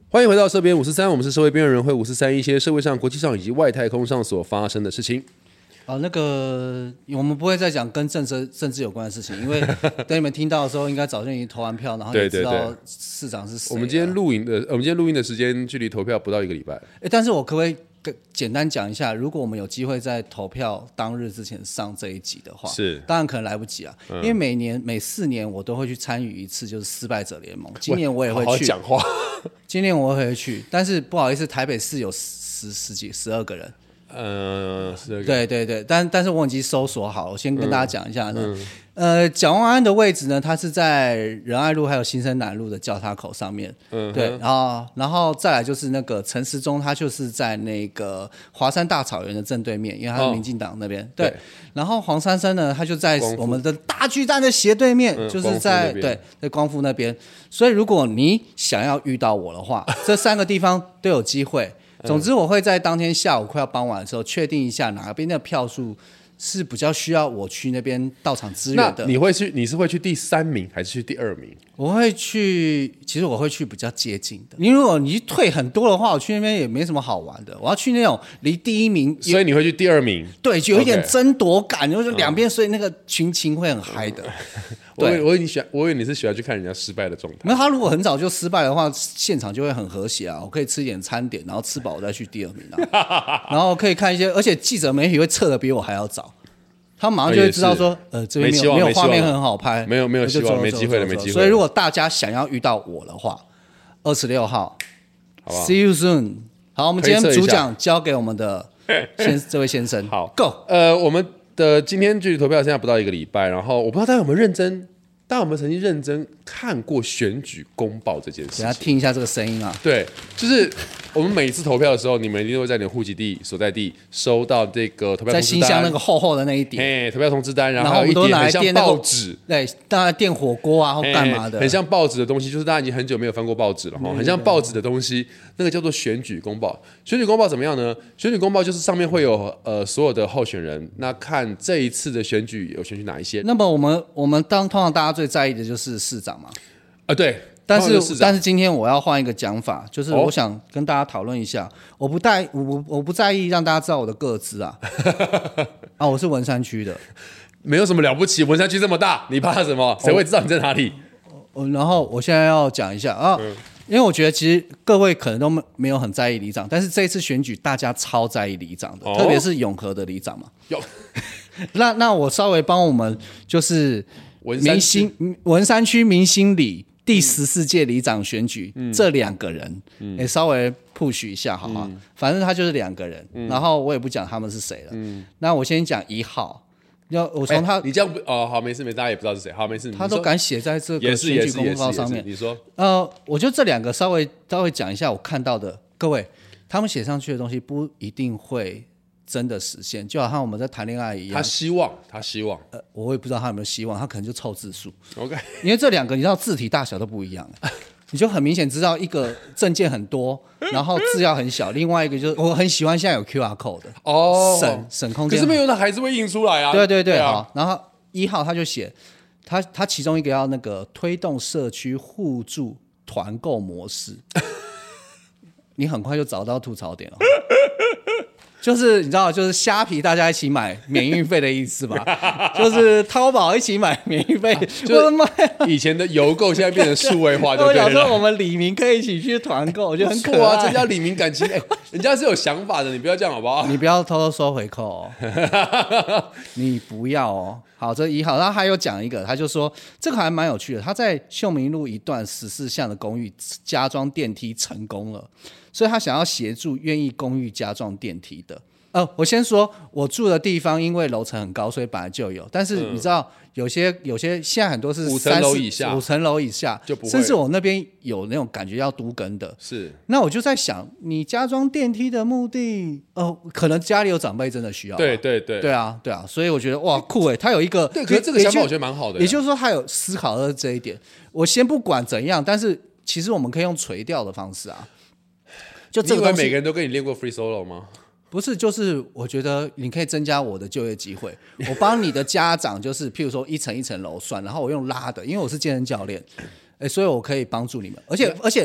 欢迎回到社编543，我们是社会边缘人会543一些社会上、国际上以及外太空上所发生的事情。 那个我们不会再讲跟政治有关的事情，因为等你们听到的时候，应该早就已经投完票，然后也知道市长是谁。 我们今天录音的时间距离投票不到1个礼拜。 但是我可不可以简单讲一下，如果我们有机会在投票当日之前上这一集的话， 是当然可能来不及啊，因为每4年我都会去参与一次，就是失败者联盟。今年我也会去， 好好讲话。 今年我也会去，但是不好意思，台北市有12个人。对，但是我已经搜索好，我先跟大家讲一下呢。蒋万安的位置呢，它是在仁爱路还有新生南路的交叉口上面。对，然后再来就是那个陈时中，他就是在那个华山大草原的正对面，因为他是民进党那边。对，然后黄珊珊呢，他就在我们的大巨蛋的斜对面，就是在光复那边。所以如果你想要遇到我的话，这3个地方都有机会。总之，我会在当天下午快要傍晚的时候，确定一下哪边的票数是比较需要我去那边到场支援的。 那你是会去第3名还是去第2名？ 我会去，其实我会去比较接近的。如果你退很多的话，我去那边也没什么好玩的。我要去那种离第1名， 所以你会去第2名？ 对，就有一点争夺感，就是两边，所以那个群情会很嗨的。 我以为你是喜欢去看人家失败的状态。 那他如果很早就失败的话，现场就会很和谐啊。我可以吃一点餐点，然后吃饱我再去第2名啊。然后可以看一些，而且记者媒体会测的比我还要早。他马上就会知道说，这边没有画面很好拍， 没有希望，没机会了，没机会了。 所以如果大家想要遇到我的话，26号，好不好 ，See you soon。好，我们今天主讲交给我们的这位先生。 好 ，Go。 我们的今天距离投票现在不到1个礼拜，然后我不知道大家有没有认真。大家有没有曾经认真看过选举公报这件事情？ 大家听一下这个声音啊。 对，就是我们每一次投票的时候，你们一定会在你的户籍地所在地收到这个投票通知单， 在信箱那个厚厚的那一叠， 投票通知单，然后我们都拿来垫报纸， 对，当然垫火锅啊或干嘛的， 很像报纸的东西，就是大家已经很久没有翻过报纸了哈，很像报纸的东西，那个叫做选举公报。选举公报怎么样呢？选举公报就是上面会有所有的候选人，那看这一次的选举有选举哪一些。 那么我们通常大家最在意的就是市长嘛， 对， 但是今天我要换一个讲法，就是我想跟大家讨论一下，我不在意让大家知道我的个资啊，我是文山区的， 没有什么了不起，文山区这么大，你怕什么？谁会知道你在哪里？ 然后我现在要讲一下啊，因为我觉得其实各位可能都没有很在意里长，但是这一次选举大家超在意里长的，特别是永和的里长嘛。那我稍微帮我们就是文山区明星里第14届里长选举，这2个人稍微 push 一下好吗？反正他就是2个人，然后我也不讲他们是谁了。那我先讲1号。我从他， 你这样好，没事，大家也不知道是谁，好，没事。 他都敢写在这个选举公告上面。 你说， 我就这2个稍微讲一下我看到的，各位，他们写上去的东西不一定会真的实现，就好像我们在谈恋爱一样。他希望，我也不知道他有没有希望，他可能就凑字数。 OK， 因为这2个你知道字体大小都不一样。你就很明显知道一个证件很多，然后字要很小，另外一个就是我很喜欢现在有 QR code 的省空间， 可是没有的还是会印出来啊。 对，好，然后1号他就写他其中一个要那个推动社区互助团购模式，你很快就找到吐槽点了。就是你知道，就是虾皮大家一起买免运费的意思吧？就是淘宝一起买免运费，就是以前的邮购现在变成数位化，就对了。 我想说，我们李明可以一起去团购，我觉得很可爱。 这叫李明感情，人家是有想法的，你不要这样好不好？ 你不要偷偷收回扣哦，你不要哦。好，这1号，然后还有讲一个，他就说这个还蛮有趣的，他在秀明路一段14巷的公寓加装电梯成功了。所以他想要协助愿意公寓加装电梯的。我先说，我住的地方因为楼层很高，所以本来就有。但是你知道，有些现在很多是 5层楼以下就不会，甚至我那边有那种感觉要都更的。 是。 那我就在想，你加装电梯的目的，可能家里有长辈真的需要。对啊。所以我觉得哇酷哎，他有一个对，可是这个想法我觉得蛮好的。 也就是说，他有思考到这一点。我先不管怎样，但是其实我们可以用垂钓的方式啊。就这个东西， 你以为每个人都跟你练过 free solo 吗？ 不是，就是我觉得你可以增加我的就业机会。我帮你的家长，就是譬如说一层一层楼算，然后我用拉的，因为我是健身教练，所以我可以帮助你们。而且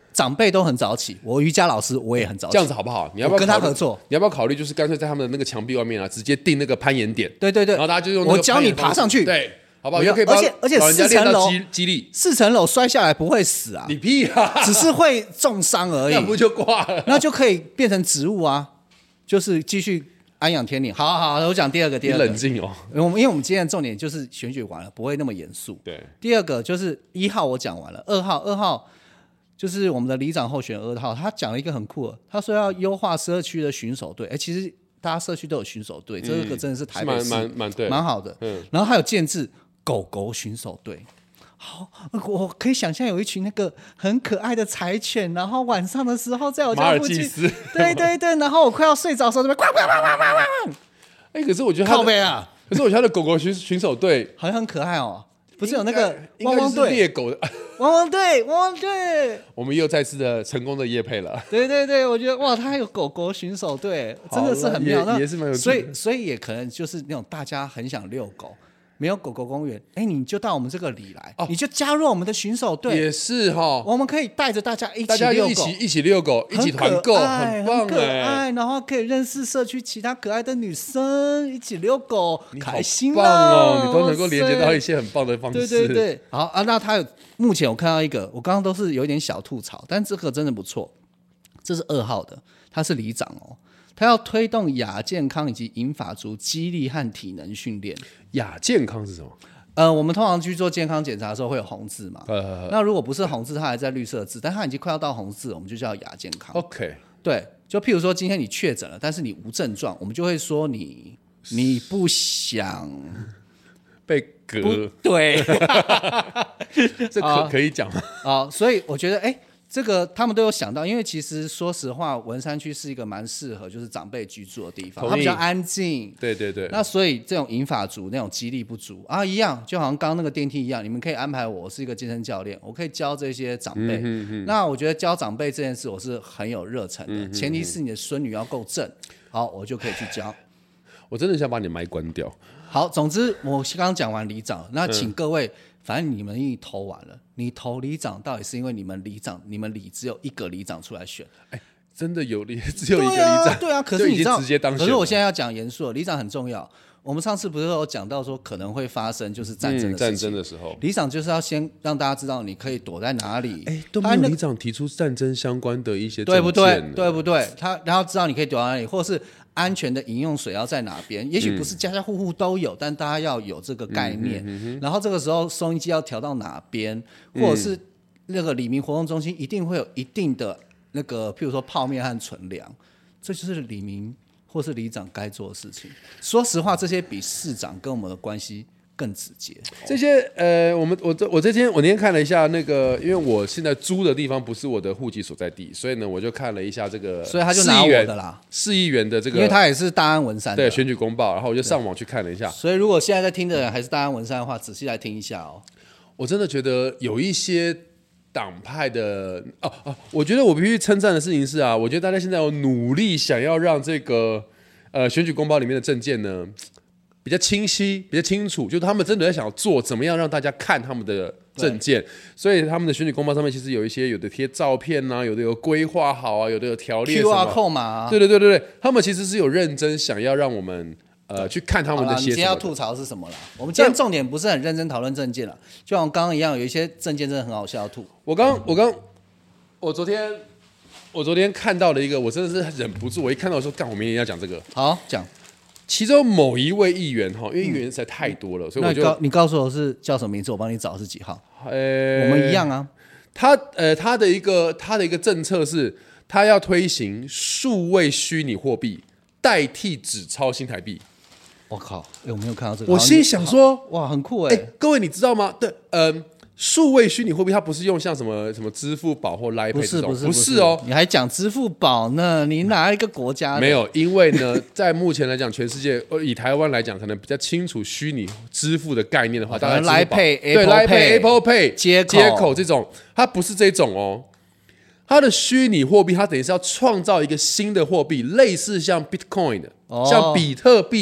长辈都很早起，我瑜伽老师我也很早起， 这样子好不好？你要不要跟他合作？ 你要不要考虑就是干脆在他们的那个墙壁外面啊，直接定那个攀岩点？ 对对对， 然后大家就用那个我教你爬上去， 对，好不好？又可以帮而且老人家练到肌力 ，4层楼摔下来不会死啊， 你屁啊， 只是会重伤而已， 那不就挂了？ 那就可以变成植物啊，就是继续安养天年。好好好，我讲第二个， 你冷静哦， 因为我们今天的重点就是选举完了，不会那么严肃。 对， 第二个就是1号我讲完了，二号就是我们的里长候选2号，他讲了一个很酷的，他说要优化社区的巡守队。其实大家社区都有巡守队，这个真的是台北市蛮好的。然后还有建制狗狗巡守队。好，我可以想象有一群那个很可爱的柴犬，然后晚上的时候在我家附近，对对对，然后我快要睡着的时候，这边呱呱呱呱呱。 可是我觉得靠北啊， 可是我觉得他的狗狗巡守队好像很可爱哦。不是有那个汪汪队猎狗的汪汪队， 我们又再次的成功的业配了。 对对对，我觉得哇，他还有狗狗巡守队，真的是很妙， 也是蛮有趣的。 所以也可能就是那种大家很想遛狗。没有狗狗公园，你就到我们这个里来，你就加入我们的巡守队， 也是哈。 我们可以带着大家一起遛狗，一起遛狗，一起团购，很棒哎，然后可以认识社区其他可爱的女生，一起遛狗，开心棒哦！你都能够连接到一些很棒的方式。 对对对，好啊，那他目前我看到一个，我刚刚都是有一点小吐槽，但这个真的不错，这是2号的，他是里长哦。他要推动亚健康以及银发族肌力和体能训练。 亚健康是什么？ 我们通常去做健康检查的时候会有红字嘛？那如果不是红字，它还在绿色字，但它已经快要到红字，我们就叫亚健康。 OK， 对，就譬如说今天你确诊了，但是你无症状，我们就会说你不想被隔。 对， 这可以讲吗？ 所以我觉得这个他们都有想到，因为其实说实话，文山区是一个蛮适合就是长辈居住的地方，它比较安静。 对对对。 那所以这种银发族那种肌力不足啊，一样，就好像刚刚那个电梯一样，你们可以安排我是一个健身教练，我可以教这些长辈。那我觉得教长辈这件事我是很有热忱的，前提是你的孙女要够正，好，我就可以去教。 我真的想把你麦关掉。 好，总之我刚刚讲完里长，那请各位。反正你们已经投完了，你投里长到底是因为你们里只有一个里长出来选？ 真的只有一个里长？ 对啊，可是你知道， 直接当选。 可是我现在要讲严肃了，里长很重要。我们上次不是有讲到说可能会发生就是战争的事情， 战争的时候， 里长就是要先让大家知道你可以躲在哪里。 都没有里长提出战争相关的一些对不对？对不对？他然后知道你可以躲在哪里，或是安全的饮用水要在哪边？也许不是家家户户都有，但大家要有这个概念。然后这个时候收音机要调到哪边，或者是那个里民活动中心一定会有一定的那个，譬如说泡面和存粮，这就是里民或是里长该做的事情。说实话，这些比市长跟我们的关系更直接。 这些我那天看了一下那个，因为我现在租的地方不是我的户籍所在地，所以呢，我就看了一下这个， 所以他就拿我的啦 ，4亿元的这个， 因为他也是大安文山的对选举公报，然后我就上网去看了一下。 所以如果现在在听的人还是大安文山的话，仔细来听一下哦。 我真的觉得有一些党派的我觉得我必须称赞的事情是我觉得大家现在有努力想要让这个选举公报里面的政见呢比较清晰、比较清楚，就是他们真的在想做怎么样让大家看他们的政见，所以他们的选举公报上面其实有一些有的贴照片啊，有的有规划好啊，有的有条列什么 QR code 嘛， 对，他们其实是有认真想要让我们去看他们的写什么的。 你今天要吐槽是什么啦？我们今天重点不是很认真讨论政见了，就像刚刚一样，有一些政见真的很好笑吐。 我昨天看到了一个，我真的是忍不住，我一看到说，干，我明天要讲这个。 好，讲。 其中某一位议员因为议员实在太多了，所以我就你告诉我是叫什么名字，我帮你找是几号。我们一样啊。 他的一个政策是，他要推行数位虚拟货币代替纸钞新台币。 我靠，我没有看到这个。 我心想说， 哇，很酷各位你知道吗？对，数位虚拟货币它不是用像什么支付宝或 Line Pay 这种，不是哦。 你还讲支付宝呢？你哪一个国家的？ 没有，因为呢，在目前来讲，全世界以台湾来讲，可能比较清楚虚拟支付的概念的话，大概 Line Pay、 对 Line Pay、Apple Pay 接口这种，它不是这种哦。它的虚拟货币，它等于是要创造一个新的货币，类似像 Bitcoin 的，像比特币。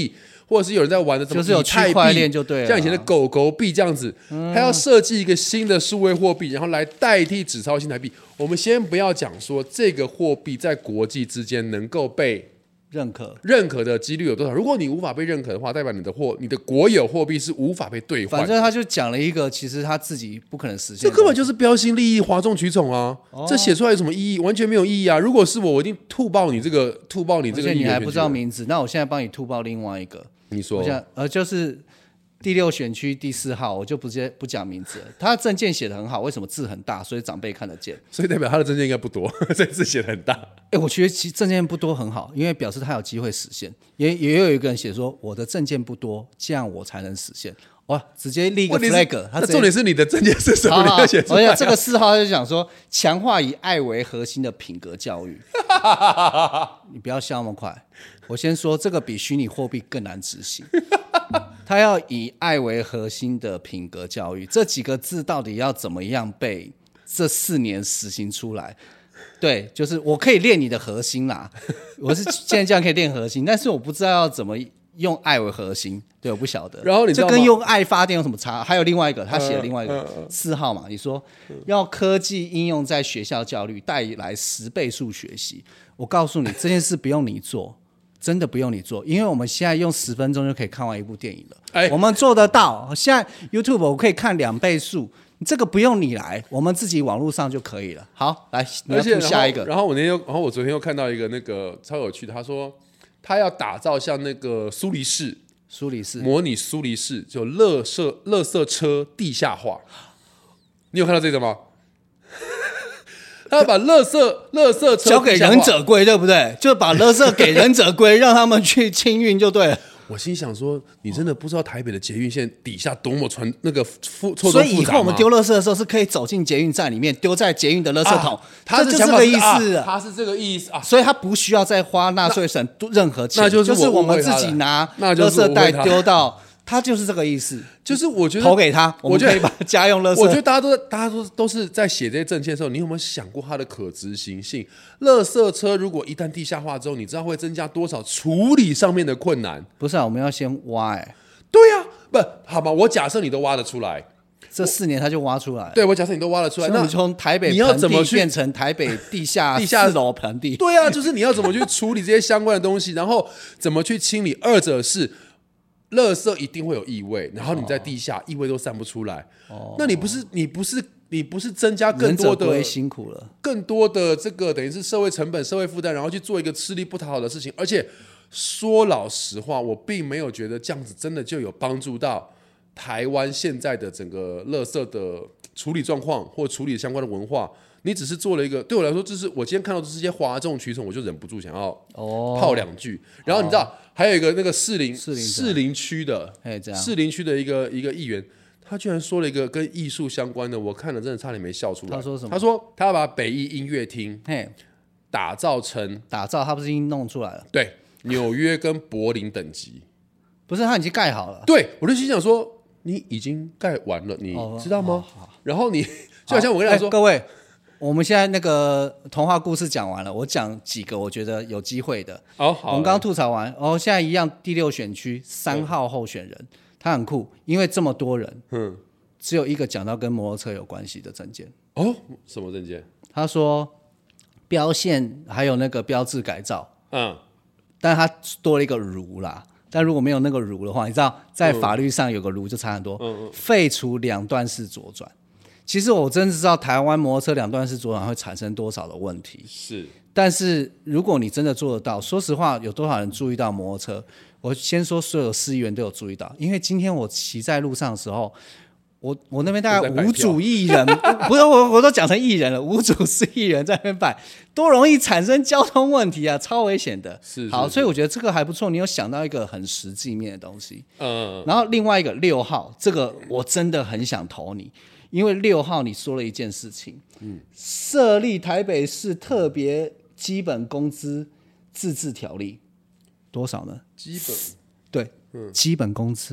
或者是有人在玩的什么就是有区块链就对了， 像以前的狗狗币这样子，他要设计一个新的数位货币，然后来代替纸钞新台币。我们先不要讲说这个货币在国际之间能够被认可的几率有多少？如果你无法被认可的话，代表你的国有货币是无法被兑换。 反正他就讲了一个，其实他自己不可能实现。 这根本就是标新立异、哗众取宠啊！这写出来有什么意义？完全没有意义啊！如果是我一定吐爆你这个而且你还不知道名字，那我现在帮你吐爆另外一个。 你说， 就是第6选区第4号，我就不讲名字了。他的证件写得很好，为什么字很大？所以长辈看得见。 所以代表他的证件应该不多，所以字写得很大。 我觉得其实证件不多很好，因为表示他有机会实现。也有一个人写说，我的证件不多，这样我才能实现。哇，直接立一个 flag。 那重点是你的证件是什么？你要写出来。 而且这个4号就讲说，强化以爱为核心的品格教育。你不要笑那么快。我先说，这个比虚拟货币更难执行。他要以爱为核心的品格教育，这几个字到底要怎么样被这4年实行出来？对，就是我可以练你的核心啦，我是现在这样可以练核心，但是我不知道要怎么用爱为核心，对，我不晓得。 然后你知道吗？ 这跟用爱发电有什么差？还有另外一个，他写了另外一个4号嘛，你说要科技应用在学校教育，带来10倍速学习。我告诉你，这件事不用你做。真的不用你做，因为我们现在用10分钟就可以看完一部电影了。我们做得到。现在 YouTube 我可以看2倍速，这个不用你来，我们自己网络上就可以了。好，来，你要吐下一个。 然后我昨天又看到一个那个超有趣的，他说他要打造像那个苏黎世模拟苏黎世，就垃圾车地下化。你有看到这个吗？他要把垃圾车交给忍者龟，对不对？就把垃圾给忍者龟，让他们去清运就对了。 我心想说，你真的不知道台北的捷运线底下多么那个错综复杂吗？ 所以以后我们丢垃圾的时候是可以走进捷运站里面，丢在捷运的垃圾桶。 他是这个意思， 他是这个意思啊。 所以他不需要再花纳税省任何钱， 那就是我们自己拿垃圾袋丢到。他就是这个意思， 就是我觉得投给他，我们可以把家用垃圾。 我觉得大家都是在写这些证件的时候，你有没有想过它的可执行性？垃圾车如果一旦地下化之后，你知道会增加多少处理上面的困难？ 不是啊，我们要先挖对啊，不好吧？我假设你都挖得出来， 这4年他就挖出来。 对，我假设你都挖得出来，那你从台北你要怎么去变成台北地下4楼盆地？ 对啊，就是你要怎么去处理这些相关的东西，然后怎么去清理？二者是。垃圾一定会有异味，然后你在地下异味都散不出来。那你不是增加更多的辛苦了， 更多的这个等于是社会成本、社会负担，然后去做一个吃力不讨好的事情。而且说老实话，我并没有觉得这样子真的就有帮助到台湾现在的整个垃圾的处理状况或处理相关的文化。你只是做了一个，对我来说，就是我今天看到这些哗众取宠，我就忍不住想要泡2句。然后你知道，还有一个那个士林区的一个议员，他居然说了一个跟艺术相关的，我看了真的差点没笑出来。 他说什么？ 他说他要把北艺音乐厅打造， 他不是已经弄出来了？ 对，纽约跟柏林等级。 不是，他已经盖好了。 对，我就心想说，你已经盖完了，你知道吗？然后你就好像我跟他说， 各位。我们现在那个童话故事讲完了，我讲几个我觉得有机会的。 好， 我们刚刚吐槽完，现在一样第6选区3号候选人，他很酷，因为这么多人，只有一个讲到跟摩托车有关系的证件。 什么证件？ 他说标线还有那个标志改造，但他多了一个如啦。但如果没有那个如的话，你知道在法律上有个如就差很多。废除2段式左转。其实我真的知道台湾摩托车2段式左转会产生多少的问题，但是如果你真的做得到，说实话，有多少人注意到摩托车？我先说所有市议员都有注意到，因为今天我骑在路上的时候，我那边大概5组艺人，不是我都讲成艺人了，5组市议员在那边摆，多容易产生交通问题啊，超危险的。好，所以我觉得这个还不错，你有想到一个很实际面的东西。然后另外一个6号，这个我真的很想投你。因为6号你说了一件事情，设立台北市特别基本工资自治条例，多少呢？基本工资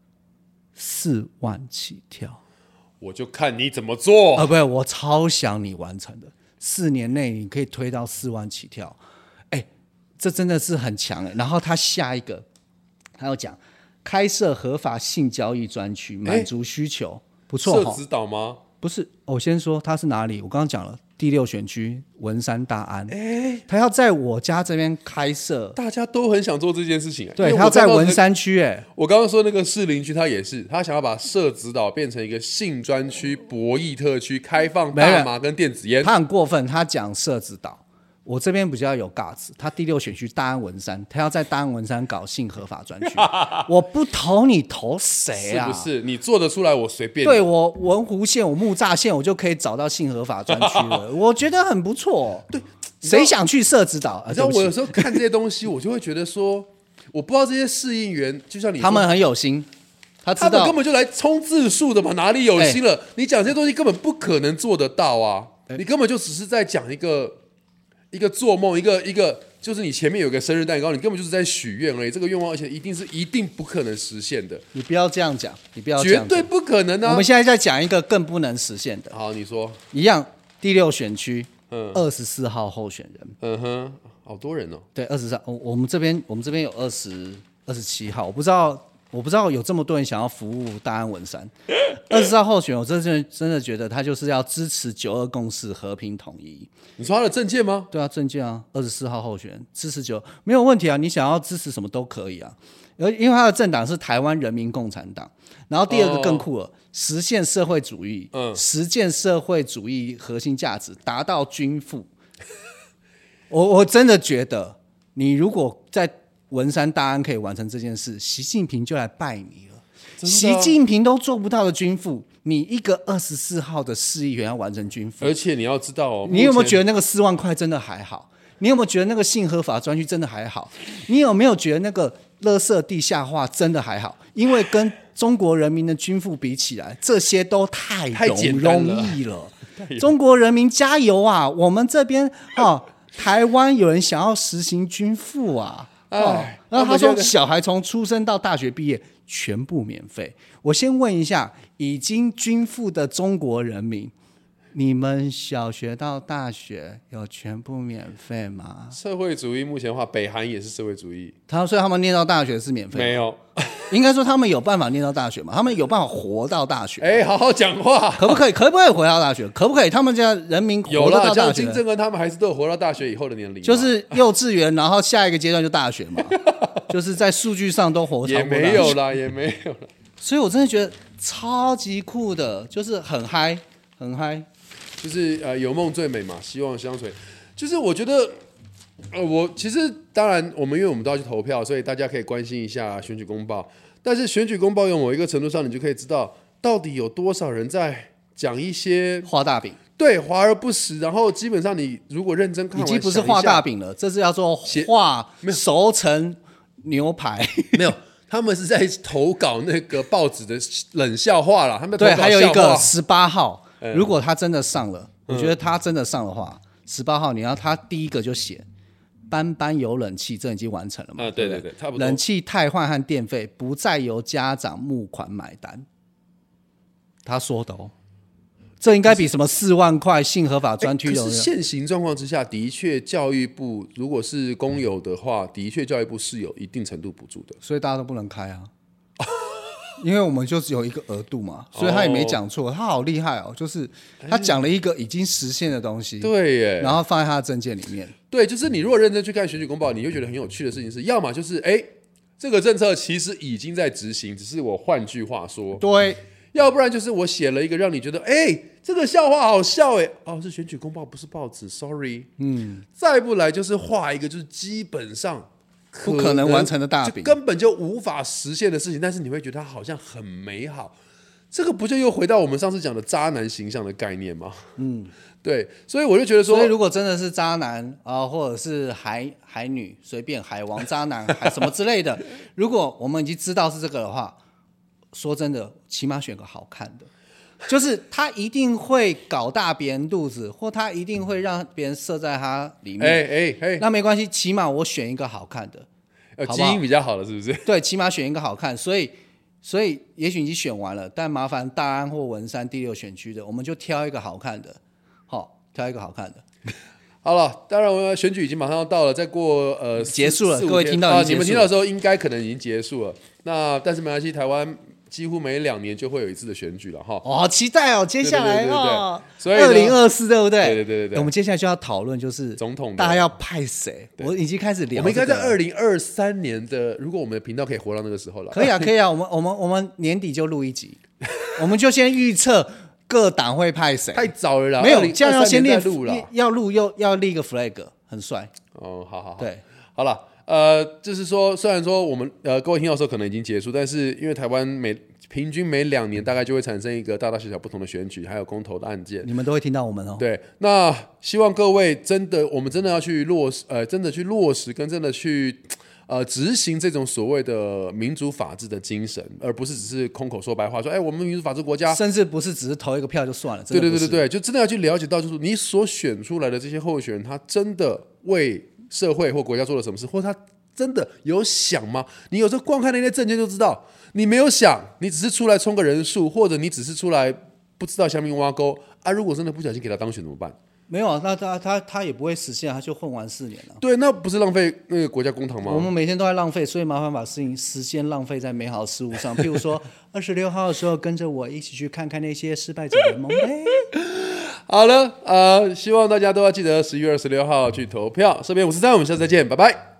4万起跳。 我就看你怎么做。 不是，我超想你完成的，4年内你可以推到4万起跳，这真的是很强。然后他下一个还有讲开设合法性交易专区，满足需求，不错社子岛吗？ 不是，我先说它是哪里，我刚刚讲了。第6选区文山大安，他要在我家这边开设， 大家都很想做这件事情。 对，他要在文山区。 我刚刚说那个士林区，他也是，他想要把社子岛变成一个性专区、博弈特区，开放大麻跟电子烟。 他很过分，他讲社子岛。我这边比较有 guts， 他第6选区大安文山，他要在大安文山搞性合法专区，我不投你投谁啊？ 是不是？你做得出来，我随便。 对，我文湖县、我木栅县，我就可以找到性合法专区了，我觉得很不错。 对， 谁想去社子岛？ 你知道我有时候看这些东西，我就会觉得说，我不知道这些市议员，就像你说， 他们很有心。 他们根本就来冲字数的嘛，哪里有心了？你讲这些东西根本不可能做得到啊！你根本就只是在讲一个做梦，一个就是你前面有个生日蛋糕，你根本就是在许愿而已。这个愿望，而且一定不可能实现的。 你不要这样讲，你不要这样讲， 绝对不可能啊！ 我们现在在讲一个更不能实现的。 好，你说一样，第6选区，24号候选人。 嗯哼，好多人哦。 对，24号，我们这边有27号，我不知道有这么多人想要服务大安文山。24号候选人，我真的觉得他就是要支持9·2共识、和平统一。 你说他的政见吗？ 对啊，政见啊，24号候选人支持没有问题啊，你想要支持什么都可以啊。因为他的政党是台湾人民共产党，然后第2个更酷了，实现社会主义，实践社会主义核心价值，达到均富。我真的觉得，你如果在文山大安可以完成这件事，习近平就来拜你了。习近平都做不到的均富，你一个24号的市议员要完成均富， 而且你要知道哦， 你有没有觉得那个4万块真的还好？你有没有觉得那个性合法专区真的还好？你有没有觉得那个垃圾地下化真的还好？因为跟中国人民的均富比起来，这些都太容易了。中国人民加油啊！我们这边台湾有人想要实行均富啊。然后他说小孩从出生到大学毕业全部免费。我先问一下，已经均富的中国人民，你们小学到大学有全部免费吗？ 社会主义目前的话，北韩也是社会主义。 所以他们念到大学是免费？ 没有， 应该说他们有办法念到大学嘛？他们有办法活到大学？ 好好讲话， 可不可以活到大学？可不可以？他们家人民活到大学？ 有啦，像金正恩他们还是都有活到大学以后的年龄， 就是幼稚园，然后下一个阶段就大学嘛。就是在数据上都活超过大学， 也没有啦。 所以我真的觉得超级酷的，就是很嗨， 就是有梦最美嘛，希望相随。就是我觉得，我其实当然因为我们都要去投票，所以大家可以关心一下选举公报。但是选举公报有某一个程度上，你就可以知道到底有多少人在讲一些画大饼， 对，华而不实。然后基本上你如果认真看完， 已经不是画大饼了，这是要做画熟成牛排。 没有，他们是在投稿那个报纸的冷笑话啦。他们对，还有一个18号，如果他真的上了，我觉得他真的上的话，18号你要他第一个就写班班有冷气，这已经完成了嘛？ 对，差不多。 冷气汰换和电费不再由家长募款买单，他说的哦。这应该比什么4万块性合法专区有。 可是现行状况之下，的确教育部如果是公有的话，的确教育部是有一定程度补助的， 所以大家都不能开啊。因为我们就只有一个额度嘛，所以他也没讲错，他好厉害哦，就是他讲了一个已经实现的东西， 对耶， 然后放在他的政见里面。 对，就是你如果认真去看选举公报，你会觉得很有趣的事情是，要么就是这个政策其实已经在执行，只是我换句话说， 对， 要不然就是我写了一个让你觉得这个笑话好笑是选举公报不是报纸 ，sorry，再不来就是画一个就是基本上不可能完成的大饼， 根本就无法实现的事情，但是你会觉得它好像很美好。这个不就又回到我们上次讲的渣男形象的概念吗？对，所以我就觉得说， 所以如果真的是渣男或者是海女，随便海王渣男还什么之类的，如果我们已经知道是这个的话，说真的，起码选个好看的。就是他一定会搞大别人肚子，或他一定会让别人射在他里面。那没关系，起码我选一个好看的， 基因比较好的，是不是？ 对，起码选一个好看。所以也许已经选完了，但麻烦大安或文山第6选区的，我们就挑一个好看的，挑一个好看的。 好了，当然我选举已经马上要到了，再过结束了， 4-5 各位听到你们听到的时候应该可能已经结束了。那但是没关系，台湾几乎每2年就会有一次的选举了哈。 好期待哦！接下来所以 2024对不对？ 对。 我们接下来就要讨论就是总统， 大家要派谁？我已经开始聊。 我们应该在2023年的，如果我们的频道可以活到那个时候了， 可以啊。我们年底就录一集，我们就先预测各党会派谁。 太早了啦， 没有，这样要先练录了， 要录又要立一个 flag， 很帅。 哦，好， 对， 好了。就是说，虽然说我们各位听到的时候可能已经结束，但是因为台湾平均每2年大概就会产生一个大大小小不同的选举，还有公投的案件， 你们都会听到我们哦。 对，那希望各位我们真的要去落实，真的去落实跟真的去执行这种所谓的民主法治的精神，而不是只是空口说白话，说我们民主法治国家， 甚至不是只是投一个票就算了。 对，就真的要去了解到，就是你所选出来的这些候选人，他真的为社会或国家做了什么事，或他真的有想吗？你有时候光看那些证件就知道，你没有想，你只是出来冲个人数，或者你只是出来不知道下面挖沟啊。如果真的不小心给他当选怎么办？ 没有啊，那他也不会实现，他就混完4年了。 对，那不是浪费那个国家公帑吗？ 我们每天都在浪费，所以麻烦把时间浪费在美好的事物上。譬如说26号的时候，跟着我一起去看看那些失败者的梦。 好了，希望大家都要记得11月26号去投票。这边543，我们下次再见，拜拜。